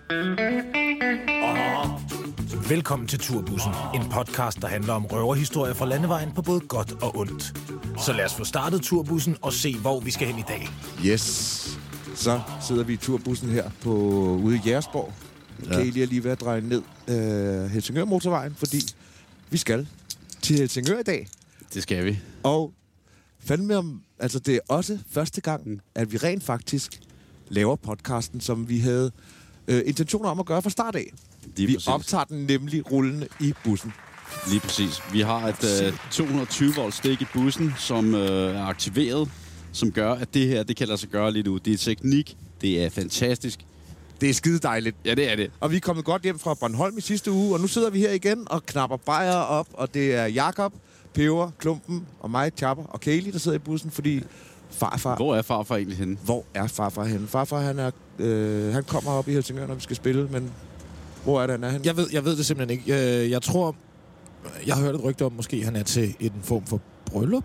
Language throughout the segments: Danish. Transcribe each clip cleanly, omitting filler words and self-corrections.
Velkommen til Turbussen, en podcast, der handler om røverhistorier fra landevejen på både godt og ondt. Så lad os få startet Turbussen og se, hvor vi skal hen i dag. Yes. Så sidder vi i Turbussen her ude i Jægersborg. Ja. Kan I lige ved at dreje ned Helsingør motorvejen, fordi vi skal til Helsingør i dag. Det skal vi. Og fandme om, altså det er også første gang, at vi rent faktisk laver podcasten, som vi havde intentioner om at gøre fra start af. Vi optager den nemlig rullende i bussen. Lige præcis. Vi har et 220 volt stik i bussen, som er aktiveret, som gør, at det her, det kan lade sig gøre lige nu. Det er teknik, det er fantastisk. Det er skide dejligt. Ja, det er det. Og vi er kommet godt hjem fra Bornholm i sidste uge, og nu sidder vi her igen og knapper bajer op, og det er Jakob, Peber, Klumpen og mig, Chapper og Kaylee, der sidder i bussen, fordi farfar... Hvor er farfar egentlig henne? Hvor er farfar henne? Farfar, han kommer op i Helsingør, når vi skal spille, men hvor er det, han er henne? Jeg ved det simpelthen ikke. Jeg tror... Jeg har hørt et rygte om, måske han er til en form for bryllup.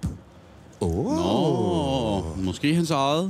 Nå, måske hans eget.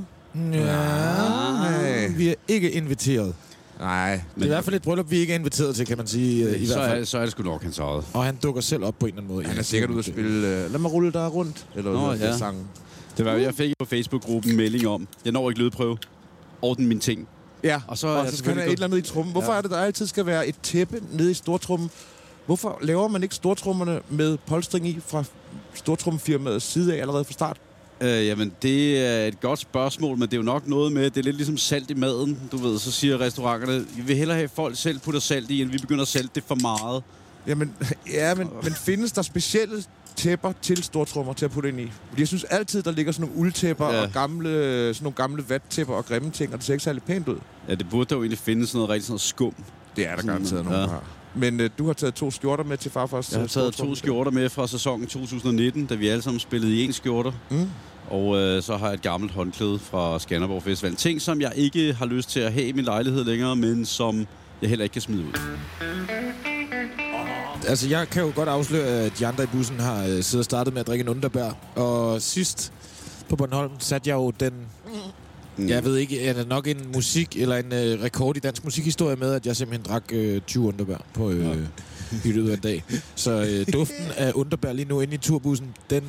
Ja, vi er ikke inviteret. Nej. Det er i hvert fald et bryllup, vi ikke er inviteret til, kan man sige. I hvert fald. Så er det sgu nok hans eget. Og han dukker selv op på en eller anden måde. Han er sikkert ude at spille... lad mig rulle der rundt. Eller ja. Sangen. Det var, jeg fik på Facebook-gruppen melding om, jeg når ikke lydprøve. Orden mine ting. Ja, og så skal han have et eller andet i trummen. Hvorfor er det, der altid skal være et tæppe nede i stortrummen? Hvorfor laver man ikke stortrummerne med polstring i fra stortrummefirmaets side af allerede fra start? Jamen, det er et godt spørgsmål, men det er jo nok noget med, det er lidt ligesom salt i maden. Du ved, så siger restauranterne, vi vil hellere have, at folk selv putter salt i, end vi begynder at salte det for meget. Jamen, men findes der specielle tæpper til stortrummer til at putte ind i? Fordi jeg synes altid, der ligger sådan nogle uldtæpper og sådan nogle gamle vattæpper og grimme ting, og det ser ikke særlig pænt ud. Ja, det burde jo egentlig findes sådan noget rigtig sådan noget skum. Det er der garanteret nogen, der har. Men du har taget 2 skjorter med til farfars... Jeg har taget 2 skjorter med fra sæsonen 2019, da vi alle sammen spillede i 1 skjorter. Og så har jeg et gammelt håndklæde fra Skanderborg Festival. Ting, som jeg ikke har lyst til at have i min lejlighed længere, men som jeg heller ikke kan smide ud. Altså, jeg kan jo godt afsløre, at de andre i bussen har siddet og startet med at drikke en underbær. Og sidst på Bornholm satte jeg jo den... Jeg ved ikke, er det nok en musik eller en rekord i dansk musikhistorie med, at jeg simpelthen drak 20 underbær på hyttet en dag. Så duften af underbær lige nu inde i turbussen, den...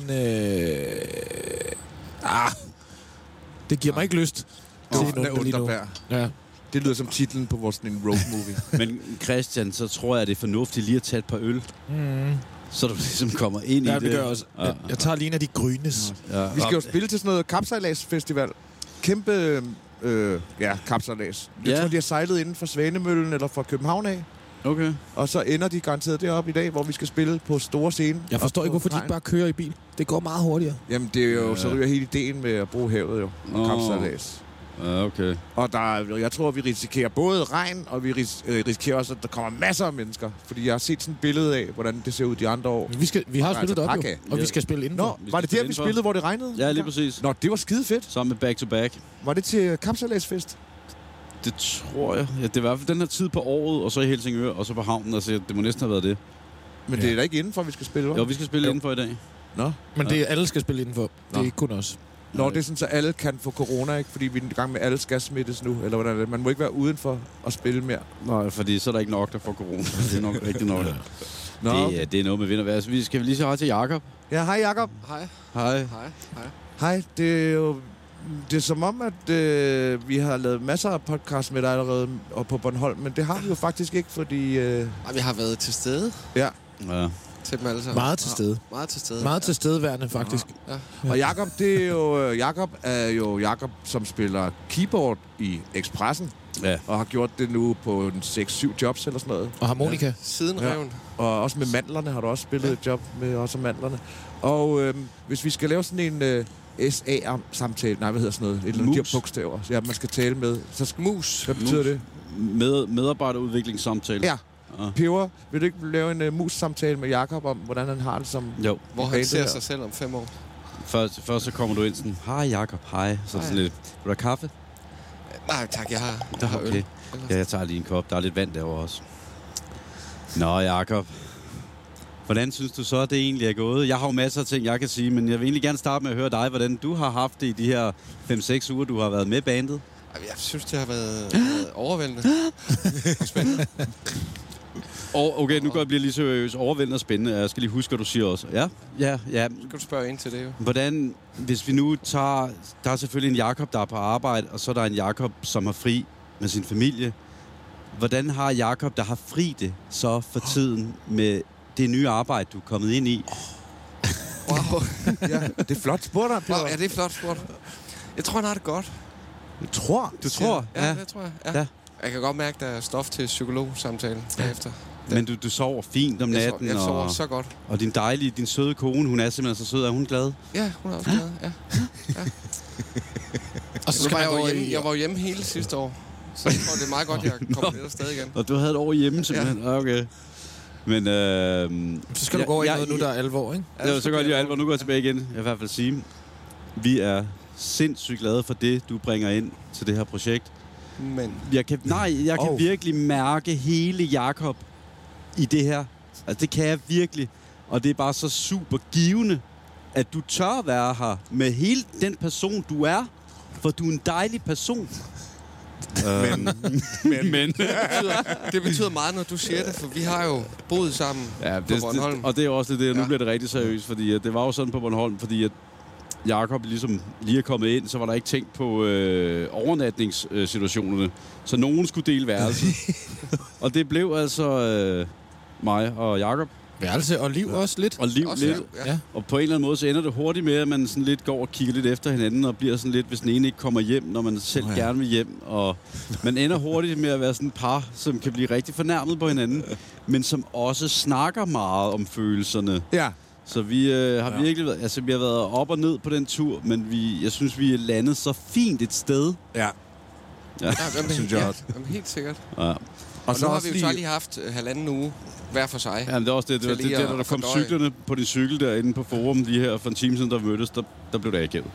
det giver mig ikke lyst til en underbær. Ja. Det lyder som titlen på vores en road movie. Men Christian, så tror jeg, det er fornuftigt lige at tage et par øl. Så du ligesom kommer ind i det. Ja, det gør jeg også. Jeg tager lige en af de grynes. Ja. Vi skal jo spille til sådan noget kapsejladsfestival. Kæmpe kapsejlads. Jeg tror, de har sejlet inden for Svanemøllen eller fra København af. Okay. Og så ender de garanteret deroppe i dag, hvor vi skal spille på store scene. Jeg forstår ikke, hvorfor de ikke bare kører i bil. Det går meget hurtigere. Jamen, det er jo, så ryger hele ideen med at bruge havet jo. Og kapsejlads. Ja, okay. Og jeg tror, vi risikerer både regn, og vi risikerer også, at der kommer masser af mennesker. Fordi jeg har set sådan et billede af, hvordan det ser ud de andre år. Vi har spillet op, og vi skal spille indenfor. Var det der, vi spillede, hvor det regnede? Ja, lige præcis. Nå, det var skide fedt. Sammen med Back to Back. Var det til kapsejladsfest? Det tror jeg. Ja, det var i hvert fald den her tid på året, og så i Helsingør, og så på havnen. Altså, det må næsten have været det. Men det er da ikke indenfor, vi skal spille, hva'? Jo, vi skal spille indenfor i dag. Nå. Men det er, alle skal spille indenfor. Det er ikke kun os. Nå, det er sådan, så alle kan få corona, ikke? Fordi vi er i gang med, at alle skal smittes nu. Eller hvordan er det? Man må ikke være udenfor at spille mere. Nej, fordi så er der ikke nok, der får corona. Det er nok rigtig nok. Nå. Det er noget med vind og vejr. Vi skal lige sige hej til Jakob. Ja, hej Jakob. Hej. Hej, det er som om, at vi har lavet masser af podcasts med dig allerede og på Bornholm, men det har vi jo faktisk ikke, fordi... vi har været til stede. Ja. Til dem alle sammen. Meget til stede. Meget til stedeværende, faktisk. Ja. Og Jakob, det er jo Jakob, som spiller keyboard i Expressen. Ja. Og har gjort det nu på 6-7 jobs eller sådan noget. Og harmonika. Ja. Siden reven. Og også med mandlerne har du også spillet et job med også mandlerne. Og hvis vi skal lave sådan en SA-samtale, nej, hvad hedder sådan noget? Et eller andet, de her bogstaver. Ja, man skal tale med. Så mus. Hvad betyder det? Medarbejderudviklingssamtale. Ja. Peber, vil du ikke lave en mus-samtale med Jakob om, hvordan han har det som... Jo. Hvor han ser sig selv om 5 år. Først så kommer du ind sådan, hej Jakob, hej. Så er det sådan lidt, vil du have kaffe? Nej, tak, jeg har okay. Øl. Ja, jeg tager lige en kop. Der er lidt vand derovre også. Nå, Jakob. Hvordan synes du så, at det egentlig er gået? Jeg har jo masser af ting, jeg kan sige, men jeg vil egentlig gerne starte med at høre dig, hvordan du har haft det i de her 5-6 uger, du har været med bandet. Jeg synes, det har været overvældende. Og spændende. Okay, nu går jeg bliver lige seriøs. Overvældende og spændende. Jeg skal lige huske, hvad du siger også. Ja. Så skal du spørge ind til det jo. Hvordan, hvis vi nu tager... Der er selvfølgelig en Jakob, der er på arbejde, og så er der en Jakob, som har fri med sin familie. Hvordan har Jakob, der har fri det, så for tiden med det nye arbejde, du er kommet ind i? Wow. Ja, det er flot spurgt. Wow, ja, det er flot spurgt. Jeg tror, han har det godt. Du tror? Du tror? Ja, det tror jeg. Ja. Jeg kan godt mærke, at der er stof til psykologsamtale derefter. Men du sover fint om natten? Jeg sover så godt. Og din søde kone, hun er simpelthen så sød. Er hun glad? Ja, hun er også glad. Ja. Og så jeg var hjemme hele sidste år. Så jeg tror, det er meget godt, jeg kommer lidt afsted igen. Og du havde et år hjemme simpelthen? Ja. Okay. Men så skal du gå over i noget nu, der er alvor, ikke? Ja, så går det jo alvor. Nu går jeg tilbage igen. Jeg vil i hvert fald sige, vi er sindssygt glade for det, du bringer ind til det her projekt. Men jeg kan virkelig mærke hele Jakob i det her. Altså, det kan jeg virkelig. Og det er bare så super givende, at du tør være her med hele den person, du er. For du er en dejlig person. Men. Det betyder meget, når du siger det, for vi har jo boet sammen på Bornholm. Og det er også det, nu bliver det rigtig seriøst, fordi det var jo sådan på Bornholm, fordi at Jakob ligesom lige er kommet ind, så var der ikke tænkt på overnatningssituationerne. Så nogen skulle dele værelse. Og det blev altså mig og Jakob. Værelse og liv også lidt. Og liv også lidt. Liv, ja. Og på en eller anden måde, så ender det hurtigt med, at man sådan lidt går og kigger lidt efter hinanden, og bliver sådan lidt, hvis den ene ikke kommer hjem, når man selv gerne vil hjem. Og man ender hurtigt med at være sådan et par, som kan blive rigtig fornærmet på hinanden, men som også snakker meget om følelserne. Ja. Så vi har virkelig været, altså vi har været op og ned på den tur, men jeg synes, vi er landet så fint et sted. Ja. Synes jeg også. Helt sikkert. Ja. Og så har vi jo så lige haft 1,5 uge hver for sig. Ja, men det er også det. Det var det, der kom cyklerne på din cykel derinde på forum lige her for en time siden, der mødtes, der blev det ageret.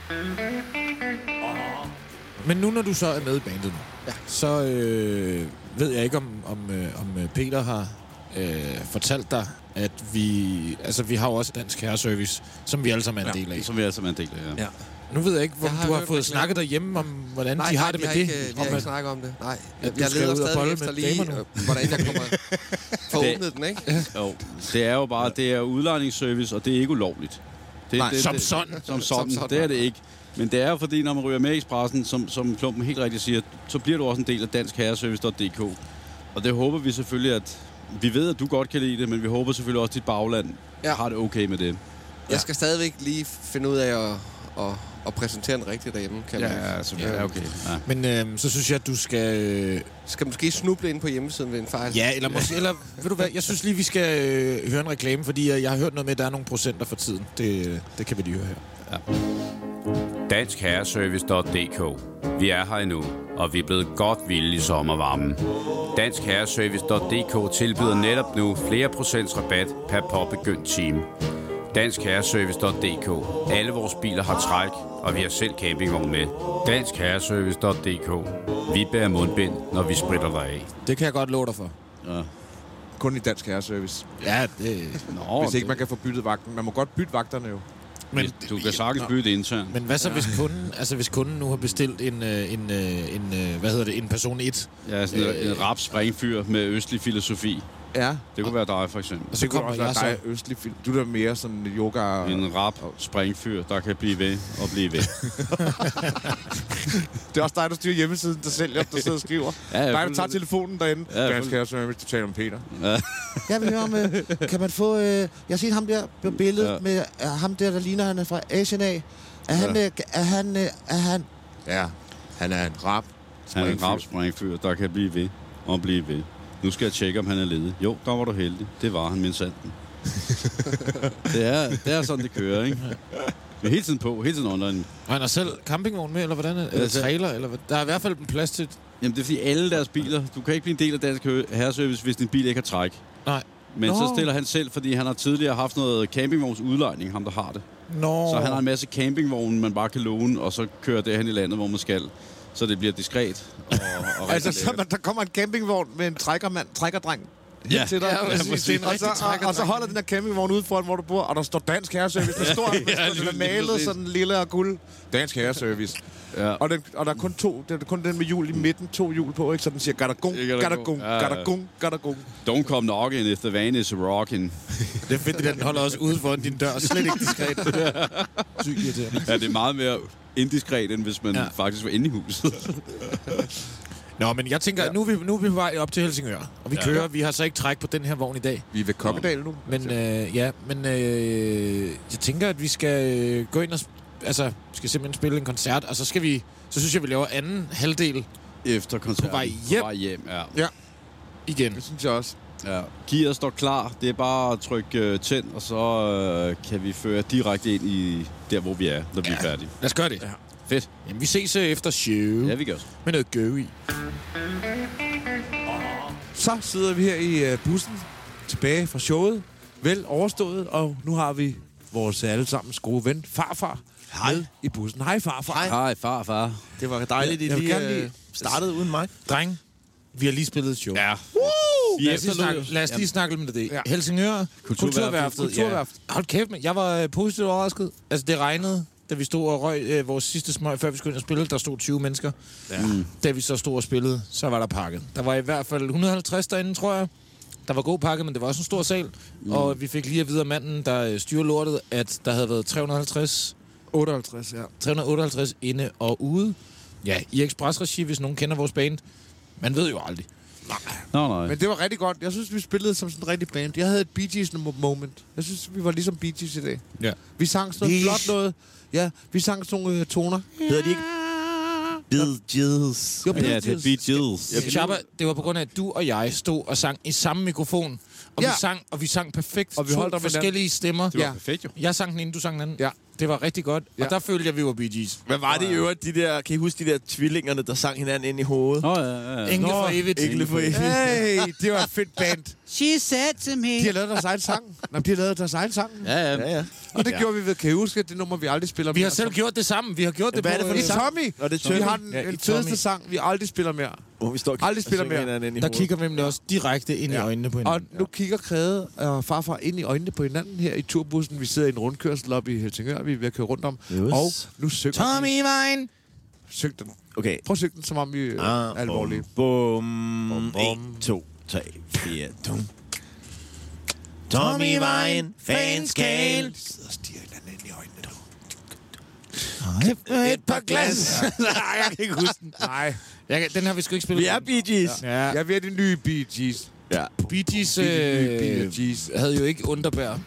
Men nu, når du så er med i bandet nu, så ved jeg ikke, om Peter har fortalt dig, at vi har jo også Dansk Herreservice, som vi alle sammen er en del af. Som vi alle sammen er en del af, ja. Nu ved jeg ikke, om du har fået snakket derhjemme om, hvordan de har det med det. Vi har ikke snakket om det. Nej, jeg leder stadig efter lige, hvordan jeg kommer for åbnet den, ikke? Jo, det er jo bare, det er udlejningsservice, og det er ikke ulovligt. Som sådan. Det er det ikke. Men det er jo fordi, når man ryger med i Expressen, som Klumpen helt rigtigt siger, så bliver du også en del af danskherreservice.dk. Og det håber vi selvfølgelig, at vi ved, at du godt kan lide det, men vi håber selvfølgelig også, at dit bagland har det okay med det. Jeg skal stadigvæk lige finde ud af at præsentere den rigtigt derhjemme. Ja, okay. Ja. Men så synes jeg, at du skal måske snuble ind på hjemmesiden ved en fejl. Ja, eller ved du hvad, jeg synes lige, vi skal høre en reklame, fordi jeg har hørt noget med, at der er nogle procenter for tiden. Det kan vi lige høre her. Ja. danskherreservice.dk. Vi er her endnu, og vi er blevet godt vilde i sommervarmen. danskherreservice.dk tilbyder netop nu flere procents rabat per påbegyndt time. danskherreservice.dk. Alle vores biler har træk, og vi har selv campingvogn med. danskherreservice.dk. Vi bærer mundbind, når vi spritter dig af. Det kan jeg godt love dig for. Ja. Kun i Dansk Herreservice. Ja, det... Hvis ikke man kan få byttet vagten. Man må godt bytte vagterne jo. Men du kan sagtens bytte internt. Men hvad så, hvis kunden nu har bestilt en person 1? Ja, sådan en rap springfyr med østlig filosofi. Ja. Det kunne være dig, for eksempel. Og så kommer jeg så... Østlig du er der mere sådan yoga... En rap springfyr, der kan blive ved og blive ved. Det er også dig, der styrer hjemmesiden, der sælger, der sidder og skriver. Ja, dig, der tager telefonen derinde. Dansk Herreservice, du taler om Peter. Ja. Jeg vil høre om, kan man få... jeg har set ham der på billedet med ham der ligner, han er fra Asien af. Er han... Ja, han er en rap springfyr. Han er en rap springfyr, der kan blive ved og blive ved. Nu skal jeg tjekke, om han er ledig. Jo, der var du heldig. Det var han, mindst sandt. det er sådan, det kører, ikke? Vi er hele tiden på, hele tiden online. Og han har selv campingvogn med, eller hvordan? Eller trailer, eller hvad? Der er i hvert fald en plads til... Jamen, det er fordi alle deres biler... Du kan ikke blive en del af Dansk Herreservice, hvis din bil ikke har træk. Nej. Men så stiller han selv, fordi han har tidligere haft noget campingvogns udlejning, ham der har det. Så han har en masse campingvogne, man bare kan låne, og så kører det hen i landet, hvor man skal. Så det bliver diskret. Altså, så der kommer en campingvogn med en trækkerdreng Ja. til dig. Ja, præcis. Det er en og, rigtig og så holder den der campingvogn ude foran, hvor du bor, og der står Dansk Herreservice. Der står den er malet sådan lille og guld. Dansk Herreservice. Ja. Og der er kun kun den med hjul i midten, 2 hjul på, ikke? Så den siger, gadagong, gadagong, gadagong, gadagong. Don't come knocking if the van is rocking. Det er fedt, at den holder også ude foran din dør. Slet ikke diskret. Sygt irriterende. Ja, det er meget mere indiskret, end hvis man faktisk var inde i huset. Nå, men jeg tænker, nu er vi på vej op til Helsingør. Og vi kører. Vi har så ikke træk på den her vogn i dag. Vi er ved Kokkedal nu. Men jeg tænker, at vi skal gå ind og... Altså, skal simpelthen spille en koncert, og så synes jeg, vi laver anden halvdel Efter koncerten. På vej hjem. Ja. igen. Det synes jeg også. Ja. Gear står klar. Det er bare at trykke tænd, og så kan vi føre direkte ind i der, hvor vi er, når vi er færdige. Lad os gøre det. Ja. Fedt. Jamen, vi ses efter show. Ja, vi gør så. Med noget gøv i. Så sidder vi her i bussen tilbage fra showet. Vel overstået, og nu har vi vores allesammens gode ven, farfar, med i bussen. Hej, farfar. Hej, far. Det var dejligt, at I lige startede uden mig. Dreng, vi har lige spillet et show. Ja. Lad os lige snakke med det. Ja. Helsingør, Kulturværftet. Ja. Hold kæft, man. Jeg var positivt overrasket. Altså, det regnede, da vi stod og røg vores sidste smøg, før vi skulle ind og spille. Der stod 20 mennesker. Ja. Da vi så stod og spillede, så var der pakket. Der var i hvert fald 150 derinde, tror jeg. Der var god pakket, men det var også en stor sal. Og vi fik lige at vide af manden, der styrer lortet, at der havde været 358 inde og ude. Ja, i ekspresregi, hvis nogen kender vores band. Man ved jo aldrig. Nej. Men det var rigtig godt. Jeg synes, vi spillede som sådan en rigtig band. Jeg havde et Bee Gees moment. Jeg synes, vi var ligesom Bee Gees i dag. Ja. Vi sang sådan noget flot noget. Ja, vi sang sådan nogle toner. Hedder de ikke Bee Gees? Jo, Ja, det er Bee Gees. Chapa, det var på grund af, at du og jeg stod og sang i samme mikrofon. Og vi sang perfekt. Og vi holdt to forskellige stemmer. Det var perfekt, jo. Jeg sang den ene, du sang den anden. Ja. Det var rigtig godt. Ja. Og der følte jeg, vi var Bee Gees. Hvad var det i øvrigt, de der... Kan I huske de der tvillingerne, der sang hinanden ind i hovedet? Ja. Engle for evigt. Engle for evigt. Hey, det var et fedt band. She said to me... De har lavet deres egen sang. De har lavet deres egen sang. Ja. Og det gjorde vi ved, kan I huske, det nummer, vi aldrig spiller Vi mere. har selv gjort det sammen. Vi har gjort det Hvad er det på... for en I sang? Tommy. Nå, det er Vi Tommy. har den Ja, i fedeste Tommy. sang, vi aldrig spiller mere. Hvor vi står Aldrig spiller og synger mere. hinanden ind i Der hovedet. kigger vi nemlig også direkte ind i øjnene på Og hinanden. nu kigger Krede og farfar ind i øjnene på hinanden her i turbussen. Vi sidder i en rundkørsel op i Helsingør. Vi er ved at køre rundt om. Yes. Og nu synger Tommy Vine! Syng den. Okay. Prøv at synge den, som om vi er alvorlige. Bum. 1, 2, 3, 4. Dum. Tommy Vine, fanskale. De sidder og stiger hinanden ind i øjnene. Et par glas. Nej, jeg kan ikke huske den. Nej. Den har vi sgu ikke spillet. Vi er Bee Gees. Ja. Jeg er ved at de nye Bee Gees. Ja. Bee Gees, Bee Gees. havde jo ikke underbær.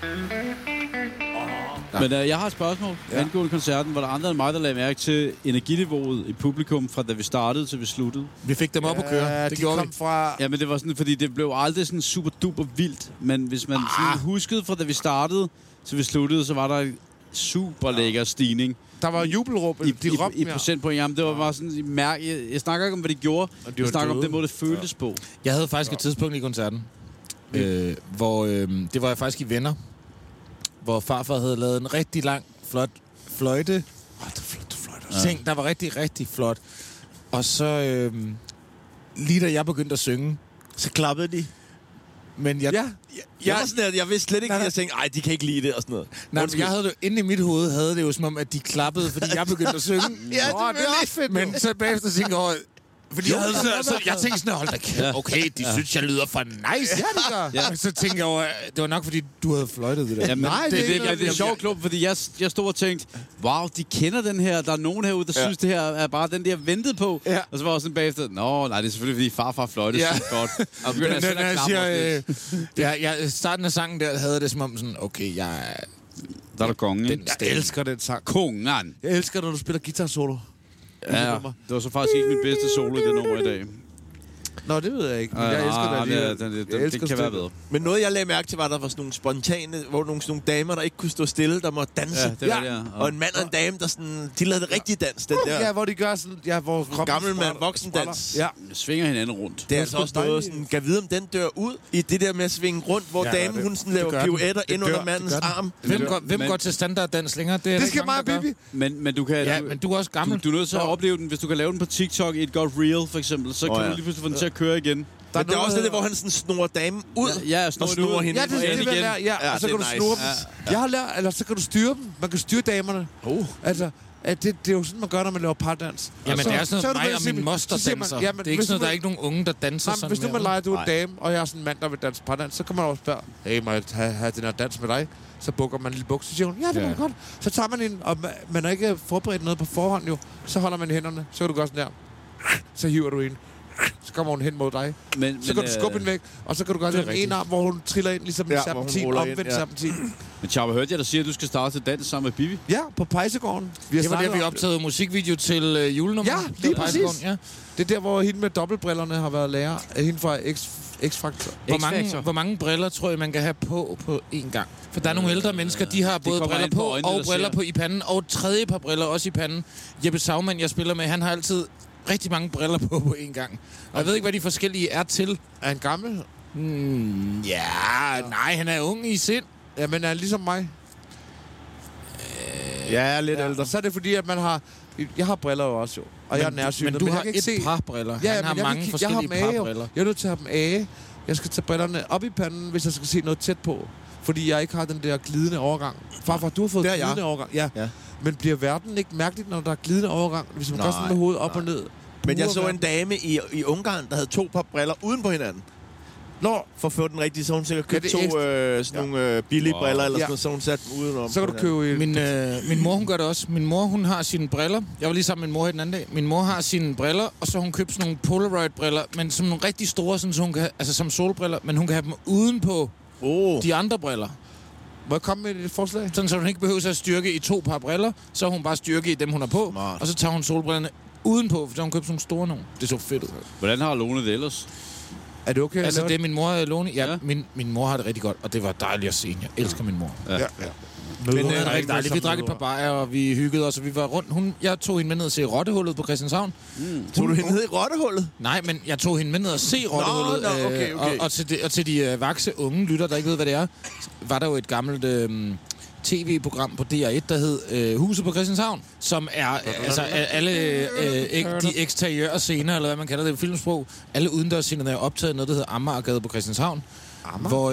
Men jeg har et spørgsmål. Angående koncerten, var der andre end mig, der lagde mærke til energiniveauet i publikum, fra da vi startede til vi sluttede? Vi fik dem op at køre. Ja, Det de gjorde kom vi. fra... Ja, men det var sådan, fordi det blev aldrig sådan super duper vildt. Men hvis man sådan huskede fra da vi startede til vi sluttede, så var der en super lækker stigning Der var jubelråb. De råbte i mere. procentpoint. Jamen, det var bare sådan... Jeg snakker ikke om, hvad de gjorde. Jeg snakker om den måde, det føltes på. Jeg havde faktisk et tidspunkt i koncerten, hvor det var faktisk i Venner, hvor farfar havde lavet en rigtig lang, flot fløjte. Ting, der var rigtig, rigtig flot. Og så, lige da jeg begyndte at synge, Så klappede de. men jeg... Ja. Jeg var sådan, at jeg vidste slet ikke, at jeg tænkte, ej, de kan ikke lide det og sådan noget. Nej, men jeg havde det inde i mit hoved, havde det jo som om, at de klappede, fordi jeg begyndte at synge. Ja, det er også fedt. Men så bagefter tænkte jeg, fordi jeg tænkte sådan, hold da kæft, okay, de synes, jeg lyder for nice. Ja, det gør. Ja. Så tænkte jeg over, det var nok, fordi du havde fløjtet det der. Jamen, Nej, det er ikke noget, det er sjovt klub, fordi jeg stod og tænkte, wow, de kender den her. Der er nogen herude, der synes, det her er bare den, de har ventet på. Ja. Og så var jeg sådan bagefter, nej, det er selvfølgelig, fordi farfar fløjte Ja. så godt. Og begyndte jeg selv at klappe os lidt. Starten af sangen der havde det som om sådan, okay, Der er der kongen, ikke? Jeg elsker den sang. Kongen. Jeg elsker, når du spiller guitar solo. Ja, det var så faktisk ikke min bedste solo i det nummer i dag. Nå, det ved jeg ikke. Men jeg elsker det alligevel. Jeg elsker det kan være stykket. bedre. Men noget, jeg lagde mærke til, var, at der var sådan nogle spontane, hvor nogle sådan nogle damer, der ikke kunne stå stille, der måtte danse. Ja, det var det, ja. Og en mand og en dame, der sådan, de lavede det rigtige dans, den der. Ja, hvor de gør sådan... Ja, hvor kroppen Gammel mand, spræller. voksendans. Ja. Svinger hinanden rundt. Det er altså også noget, sådan, kan vide, om den dør ud i det der med at svinge rundt, hvor damen, hun sådan laver pirouetter ind under mandens arm. Hvem går til standarddans længere? Det, er Det ikke skal mange, mig, der gør. Bibi. Men du kan... Ja, men du er også gammel. Du er nødt til at opleve den. Hvis du kan lave den på TikTok i et godt reel, for eksempel, så kan du lige pludselig få den til at køre igen. Der er også det, hvor han sådan snurrer damen ud. Ja, snurrer hende. Ja, det vil lære. Ja, og så kan du snurre dem. Jeg har lært, eller så kan du styre dem. Man kan styre damerne. Altså, det er jo sådan, man gør, når man laver pardans. Jamen, det er sådan noget, mig og min moster danser. Det er ikke sådan, der er ikke nogen unge, der danser sådan. Hvis nu man leger, du er en dame, og jeg er sådan en mand, der vil danse pardans, så kan man også spørge, hey, må jeg have den her dans med dig? Så bukker man en lille bukse, så siger hun, ja, det var godt. Så tager man en, og man har ikke forberedt noget på forhånd jo, så holder man hænderne, så kan du gøre sådan der. Så hiver du en. Så kommer hun hen mod dig. Så kan du skubbe hende væk, og så kan du gøre det med en arm, hvor hun triller ind, ligesom en serpentin, omvendt serpentin. Men Chaba, hørte jeg dig sige, at du skal starte til dans sammen med Bibi? Ja, på Pejsegården. Det var der, vi optagede musikvideo til julenummer. Ja, lige præcis. Ja. Det er der, hvor hende med dobbeltbrillerne har været lærer. Hende fra X-Factor. Hvor mange briller tror jeg, man kan have på én gang? For der er nogle ældre mennesker, de har både briller på og briller på i panden, og tredje par briller også i panden. Jeppe Sagmann, jeg spiller med, han har altid rigtig mange briller på én gang. Og jeg ved ikke, hvad de forskellige er til. Er han gammel? Nej, han er ung i sind. Ja, men er han ligesom mig? Ja, lidt ældre. Så er det fordi, at man har... Jeg har briller jo også, jo. Og jeg er nærsynet. Men du har et par briller. Ja, han har mange forskellige par briller. Jeg er nødt til at have dem af. Jeg skal tage brillerne op i panden, hvis jeg skal se noget tæt på. Fordi jeg ikke har den der glidende overgang. Farfar, du har fået glidende overgang. Ja. Men bliver verden ikke mærkeligt, når der er glidende overgang? Hvis man går sådan med hovedet op og ned. Men jeg så en dame i Ungarn, der havde 2 par briller uden på hinanden. For at få den rigtige, så hun sikkert købte 2 sådan nogle billige briller, eller sådan noget, så hun satte dem udenom. Så kan du købe min mor, hun gør det også. Min mor, hun har sine briller. Jeg var lige sammen med min mor her den anden dag. Min mor har sine briller, og så har hun købt sådan nogle Polaroid-briller, men som nogle rigtig store, sådan, så hun kan have, altså som solbriller, men hun kan have dem uden på de andre briller. Må jeg komme med et forslag? Sådan, så hun ikke behøver at styrke i 2 par briller, så har hun bare styrke i dem, hun har på, og så tager hun solbrillerne udenpå, for hun købt sådan nogle store nogle. Det så fedt ud. Hvordan har Lone det ellers? Er det okay? Altså, det er min mor, Lone. Ja, min mor har det rigtig godt, og det var dejligt at se hende. Jeg elsker min mor. Ja. Men det er rigtig dejligt. Vi drak et par bajer, og vi hyggede os, og vi var rundt. Jeg tog hende med ned og se Rottehullet på Christianshavn. Tog du hende ned i Rottehullet? Nej, men jeg tog hende med ned og se Rottehullet. Okay. Og til de vakse unge lytter, der ikke ved, hvad det er, var der jo et gammelt tv-program på DR1, der hed Huset på Christianshavn, som er altså alle de eksteriøre scener, eller hvad man kalder det i filmsprog, alle udendørsscenerne er optaget noget, der hedder Amagergade på Christianshavn. Hvor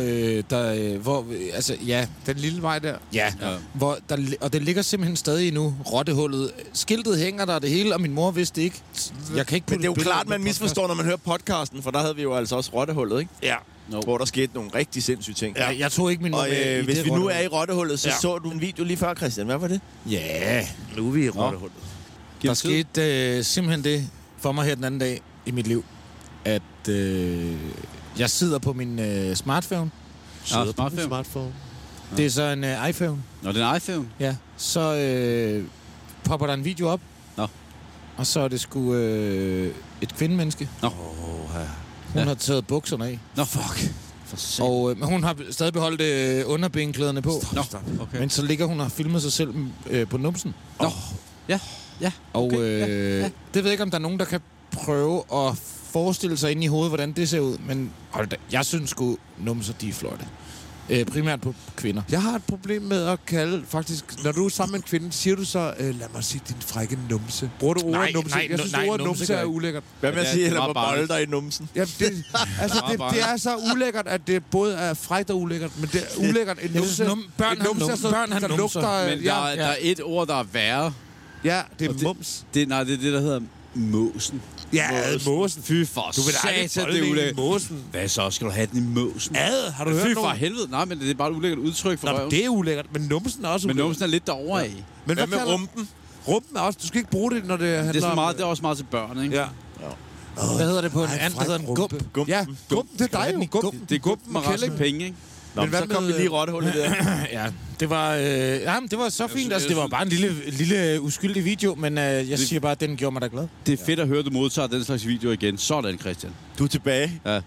den lille vej der. Ja. Og det ligger simpelthen stadig nu, Rottehullet. Skiltet hænger der det hele, og min mor vidste ikke. Jeg kan ikke. Men det er jo klart, man misforstår, når man hører podcasten, for der havde vi jo altså også Rottehullet, ikke? Ja. Hvor der skete nogle rigtig sindssyge ting. Ja, jeg tror ikke min mor med hvis vi nu er i Rottehullet, så du en video lige før, Christian. Hvad var det? Ja, nu er vi i Rottehullet. Der skete simpelthen det for mig her den anden dag i mit liv, at jeg sidder på min smartphone. Smartphone. Det er så en iPhone. Nå, det er en iPhone? Ja. Så popper der en video op. Nå. Og så er det sgu et kvindemenneske. Nå. Hun har taget bukserne af. Nå, fuck. Og men hun har stadig beholdt underbenklæderne på. Stop. Okay. Men så ligger hun og har filmet sig selv på numsen. Nå. Ja. Og det ved jeg ikke, om der er nogen, der kan prøve at forestille sig ind i hovedet, hvordan det ser ud. Men hold da, jeg synes sgu, numser, de er flotte. Primært på kvinder. Jeg har et problem med at kalde, faktisk, når du er sammen med en kvinde, siger du så, lad mig sige, din frække numse. Bruger du ordet numse? Jeg synes, ordet numse er ulækkert. Hvad vil jeg sige, eller bolde dig i numsen? Ja, det er så ulækkert, at det både er frækt og ulækkert, men det er ulækkert. En numse er sådan, der lugter. Men der er et ord, der er værre. Ja, det er mums. Det er det, der hedder måsen. Ja, måsen. Fy for du vil satan, det er ulækkert. Måsen. Hvad så? Skal du have den i måsen? Har du hørt Fy for helvede. Nej, men det er bare et ulækkert udtryk for røven. Det er ulækkert, men numsen er også ulækkert. Men numsen er lidt derovre af. Men hvad med rumpen? Rumpen er også... Du skal ikke bruge det, når det handler det er også meget til børn, ikke? Ja. Hvad hedder det på en anden? Det hedder en gump. Ja, gumpen, det er dig jo. Det er gumpen med raske penge, ikke? Nå, men så kom vi lige i Rottehullet der. Ja, det var så fint. Altså, det var bare en lille uskyldig video, men jeg siger bare, at den gjorde mig da glad. Det er fedt at høre, at du modtager den slags video igen. Sådan, Christian. Du er tilbage. Ja.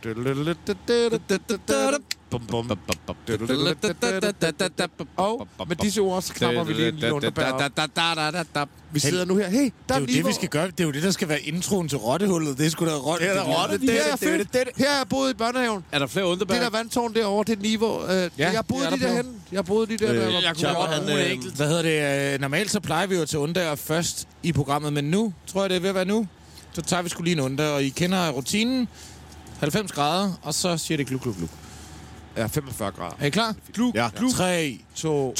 Og med disse ord, så knapper vi lige en lille underbær. Vi sidder nu her. Hey, det er jo det, vi skal gøre. Det er jo det, der skal være introen til Rottehullet. Det er sgu da rotte. Det er rotte. Her er fedt. Her er jeg boet i børnehaven. Er der flere underbær? Det der vandtårn derovre, det er niveau. Jeg boede lige derhen. Jeg boede lige der. Hvad hedder det? Normalt så plejer vi jo til under først i programmet, men nu, tror jeg det er ved at være nu, så tager vi sgu lige en under, og I kender rutinen. 90 grader, og så siger det gluk, gluk, gluk. Ja, 45 grader. Er I klar? Gluk, Ja. gluk. 3, 2.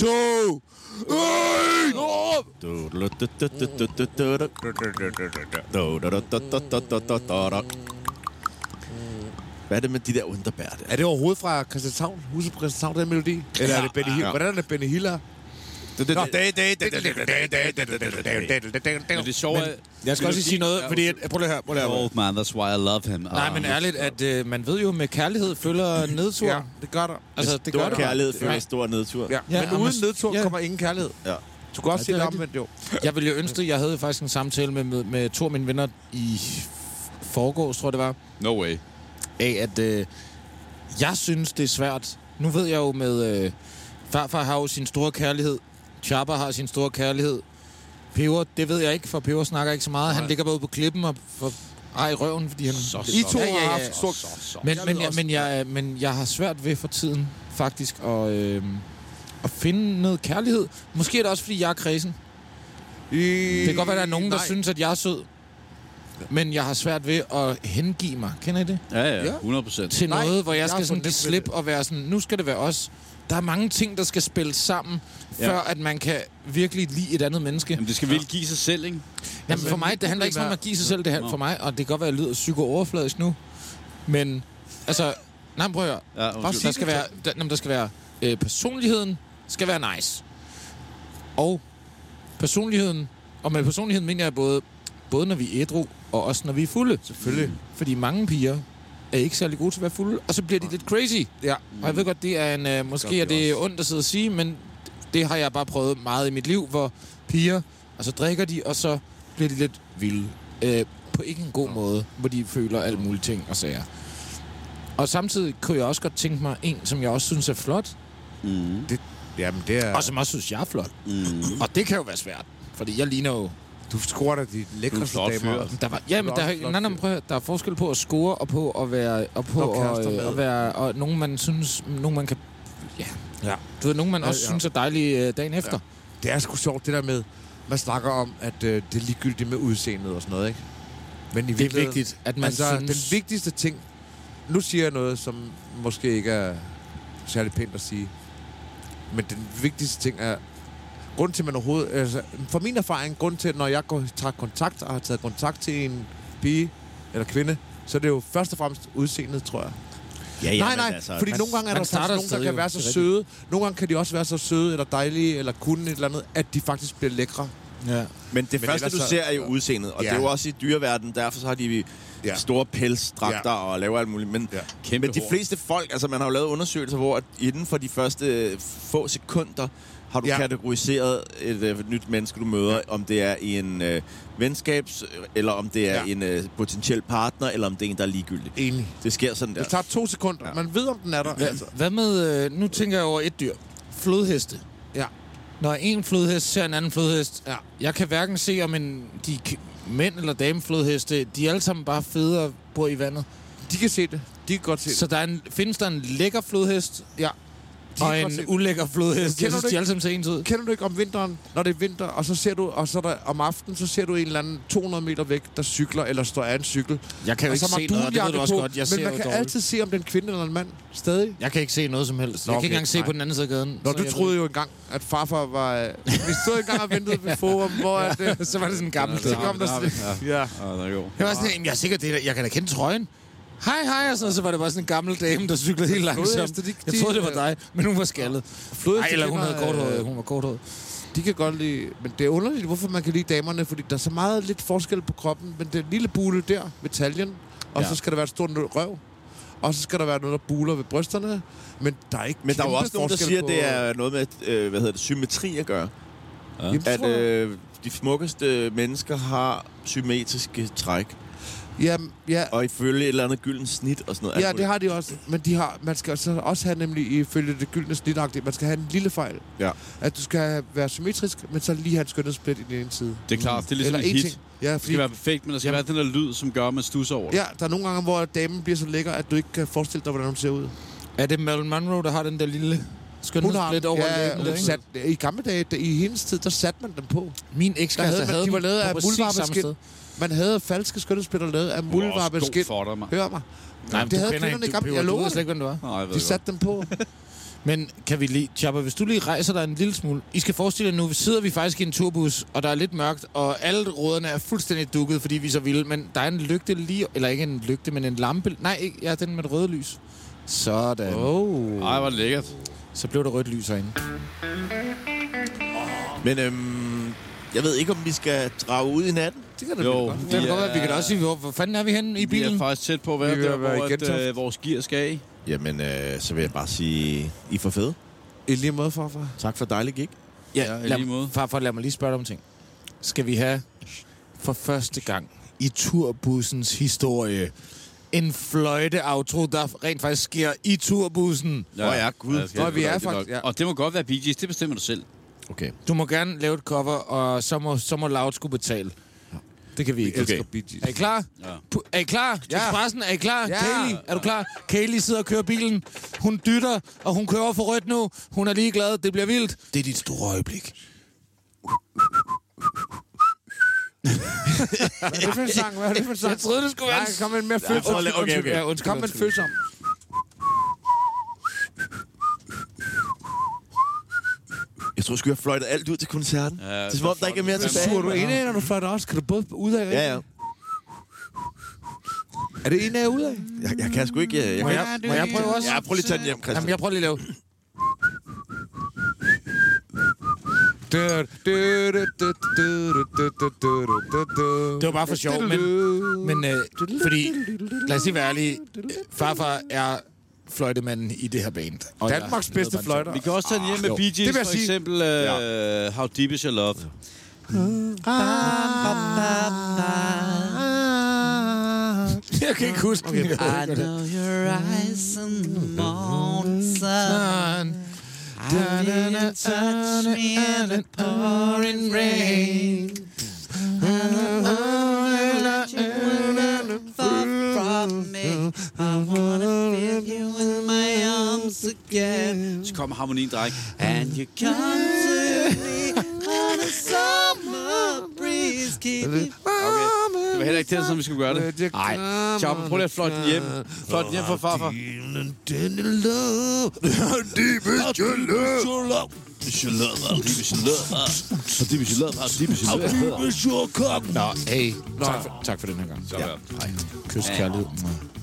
Hvad er det med de der underbær der? Er det overhovedet fra Christianshavn? Huset på Christianshavn, den melodi? Eller er det Benny Hill? Hvordan er det Benny Hill her? Men det sjove er... Jeg skal også sige noget, fordi... Prøv lige her. Old man, that's why I love him. Nej, men ærligt, at man ved jo, med kærlighed følger nedtur. Ja, det gør der. Altså, det Stor gør det. kærlighed føler stor nedtur. Ja, Ja, men uden men- nedtur kommer ingen kærlighed. Ja. Du kan også Ja, sige det det er omvendt, jo. Jeg ville jo ønske, jeg havde faktisk en samtale med to af mine venner i forgårs, tror jeg det var, No way. af at jeg synes, det er svært. Nu ved jeg jo med... farfar har jo sin store kærlighed. Chapa har sin store kærlighed. Peber, det ved jeg ikke, for Peber snakker ikke så meget. Han ligger bare på klippen og får i røven, fordi han... I to har haft stor... Men jeg har svært ved for tiden, faktisk, at finde noget kærlighed. Måske er det også, fordi jeg er kredsen. Det kan godt være, at der er nogen, der synes, at jeg er sød. Men jeg har svært ved at hengive mig. Kender I det? Ja, 100%. Til Nej, noget, hvor jeg jeg skal har sådan fået give lidt slip og være sådan, nu skal det være os. Der er mange ting, der skal spille sammen, før at man kan virkelig lide et andet menneske. Jamen, det skal virkelig give sig selv, ikke? Jamen for mig, det handler ikke om at give sig selv, det handler for mig, og det kan godt være, at jeg lyder psyko-overfladisk nu, men altså, nej, prøv at høre. Ja, Der skal være personligheden skal være nice. Og personligheden, og med personligheden mener jeg både når vi er ædru, og også når vi er fulde. Selvfølgelig. Fordi mange piger er ikke særlig gode til at være fulde, og så bliver de lidt crazy. Ja. Og jeg ved godt, det er en... måske er det ondt at sidde og sige, men det har jeg bare prøvet meget i mit liv, hvor piger, og så drikker de, og så bliver de lidt vilde. På ikke en god måde, hvor de føler alle mulige ting og sager. Og samtidig kunne jeg også godt tænke mig en, som jeg også synes er flot, Jamen, det er... og som også synes, jeg er flot. Og det kan jo være svært, fordi jeg ligner jo... Du scorer da de lækreste flot damer. fyr. Der var, ja, men der er forskel på at score og på at være at være og nogen man synes, nogen man kan du ved, nogen man også synes er dejlige dagen efter. Ja. Det er sgu sjovt, det der med, man snakker om, at det er ligegyldigt med udseendet og sådan noget, ikke? Men i Det er vigtigt, at man altså, synes... den vigtigste ting... Nu siger jeg noget, som måske ikke er særlig pænt at sige. Men den vigtigste ting er... Grunden til, man overhovedet... Altså, for min erfaring, grunden til, når jeg tager kontakt og har taget kontakt til en pige eller kvinde, så er det jo først og fremmest udseendet, tror jeg. Ja, Nej, altså, fordi nogle gange er der faktisk nogen, der kan være så søde. Nogle gange kan de også være så søde, eller dejlige, eller kunne et eller andet, at de faktisk bliver lækre. Ja. Men det første, ellers du ser, er jo udseendet. Og det er jo også i dyreverdenen. Derfor så har de store pelsdragter og laver alt muligt. Men, men de fleste folk, altså man har jo lavet undersøgelser, hvor at inden for de første få sekunder har du kategoriseret et nyt menneske, du møder, om det er i en venskabs, eller om det er en potentiel partner, eller om det er en, der er ligegyldig. Enig. Det sker sådan der. Det tager 2 sekunder. Ja. Man ved, om den er der. Altså. Hvad med... nu tænker jeg over et dyr. Flodheste. Ja. Når en flodhest ser en anden flodhest, Ja. jeg kan hverken se, om de mænd eller dameflodheste, de er alle sammen bare fede og bor i vandet. De kan se det. De kan godt se det. Så findes der en lækker flodhest, Ja. og en ulækker flodhest. Jeg synes, de alle sammen ser ens ud. Kender du ikke om vinteren, når det er vinter, og så ser du, og så der, om aftenen, så ser du en eller anden 200 meter væk, der cykler, eller står af en cykel. Jeg kan jo Og ikke så har se noget, det ved du også på, godt. Jeg men ser man jo kan dårligt. altid se, om den kvinde eller en mand stadig. Jeg kan ikke se noget som helst. Jeg kan ikke engang se på den anden side af gaden. Når Så du jeg troede jo engang, at farfar var... vi stod engang og ventede ved forum, hvor at... så var det sådan en gammel så kom der... Ja. Jeg var sådan, jamen, jeg er sikkert det der. Jeg kan da kende trøjen. Hej, og så var det bare sådan en gammel dame, der cyklede helt langsomt. Jeg troede, det var dig, men hun var skaldet. Nej, eller hun havde korthåret. Hun var korthåret. De kan godt lide... Men det er underligt, hvorfor man kan lide damerne, fordi der er så meget lidt forskel på kroppen. Men det er en lille bule der ved taljen, og så skal der være et stort røv. Og så skal der være noget, der buler ved brysterne. Men der er ikke Men der er jo også nogen, der siger, på... at det er noget med symmetri at gøre. Ja. Jamen, At de smukkeste mennesker har symmetriske træk. Jamen, ja. Og ifølge et eller andet gyldent snit og sådan noget. Ja, det har de også. Men man skal så også have nemlig ifølge det gyldne snitagtige, man skal have en lille fejl. Ja. At du skal være symmetrisk, men så lige have et skønhedsplet i den ene side. Det er klart, det er ligesom Eller et en hit. ting. Ja, Det skal være perfekt, men der skal være den der lyd, som gør, at man stusser over det. Ja, der er nogle gange, hvor damen bliver så lækker, at du ikke kan forestille dig, hvordan hun ser ud. Er det Marilyn Monroe, der har den der lille skønhedsplet over læben? I gamle dage, i hendes tid, der satte man dem på. Min ekskæreste havde de var lavet af præcis samme muldvarpeskind. sted. man havde falske skønhedsspillere lavet af muldvarpeskind. Hør mig. Nej, det havde kvinderne i gamle. Jeg lover slet ikke, hvem det var. De satte dem på. Men kan vi lige... Chopper, hvis du lige rejser dig en lille smule... I skal forestille jer nu, sidder vi faktisk i en turbus, og der er lidt mørkt, og alle ruderne er fuldstændig dukket, fordi vi er så vilde. Men der er en lygte lige... Eller ikke en lygte, men en lampe. Nej, ikke, ja, den med det røde lys. Sådan. Ej, hvor er det lækkert. Så blev der rødt lys herinde. Men jeg ved ikke, om vi skal drage ud i natten. Det kan da godt. Det kan godt være. Vi kan da også sige, hvor fanden er vi henne i bilen? Vi er faktisk tæt på at være der, hvor vores gear skal af. Jamen, så vil jeg bare sige, I får fede. I lige måde, farfar. Tak for dejlig gig. Ja, i lige måde. Farfar, lad mig lige spørge dig om ting. Skal vi have for første gang i turbussens historie en fløjte-outro, der rent faktisk sker i turbussen? Ja, gud. Hvor vi er faktisk... Ja. Og det må godt være Bee Gees, det bestemmer du selv. Okay. Du må gerne lave et cover, og så må Loud skulle betale. Det kan vi ikke. Okay. Er I klar? Ja. Er I klar? Ja. Expressen, er I klar? Ja. Kaylee, er du klar? Kaylee sidder og kører bilen. Hun dytter, og hun kører over for rødt nu. Hun er lige glad. Det bliver vildt. Det er dit store øjeblik. Hvad er det for en sang? Hvad er det for en sang? Jeg troede, det skulle være... Nej, kom med en mere følsom. Okay. Ja, kom med en følsom. Jeg tror, jeg skulle have fløjtet alt ud til koncerten. Ja, det er som om, der ikke er mere tilbage. Suger du indad, når du fløjter også? Kan du både ud af? Ja. Er det indad og ud af? Jeg kan sgu ikke... Må jeg prøve også? Ja, prøv lige at tage den hjem, Christian. Jamen, jeg prøver lige at lave... Det var bare for sjov, men fordi, lad os lige være ærlige, farfar er fløjtemanden i det her band. Og Danmarks bedste fløjter. Vi kan også tage den hjem med Bee Gees, for eksempel How Deep Is Your Love. Jeg kan ikke huske den. I know your eyes in the morning sun. You touch me in the pouring rain. Far from me, I wanna feel you in my arms again. Så kommer harmonien, dreng. And you come to me on a summer breeze, keep me Det var heller ikke det, som vi skulle gøre det. Nej. Chopper, prøv lige at fløjte den hjem. Fløjte den hjem for farfar. Nå, hey. Tak for den her gang. Ja. Kys kærlighed.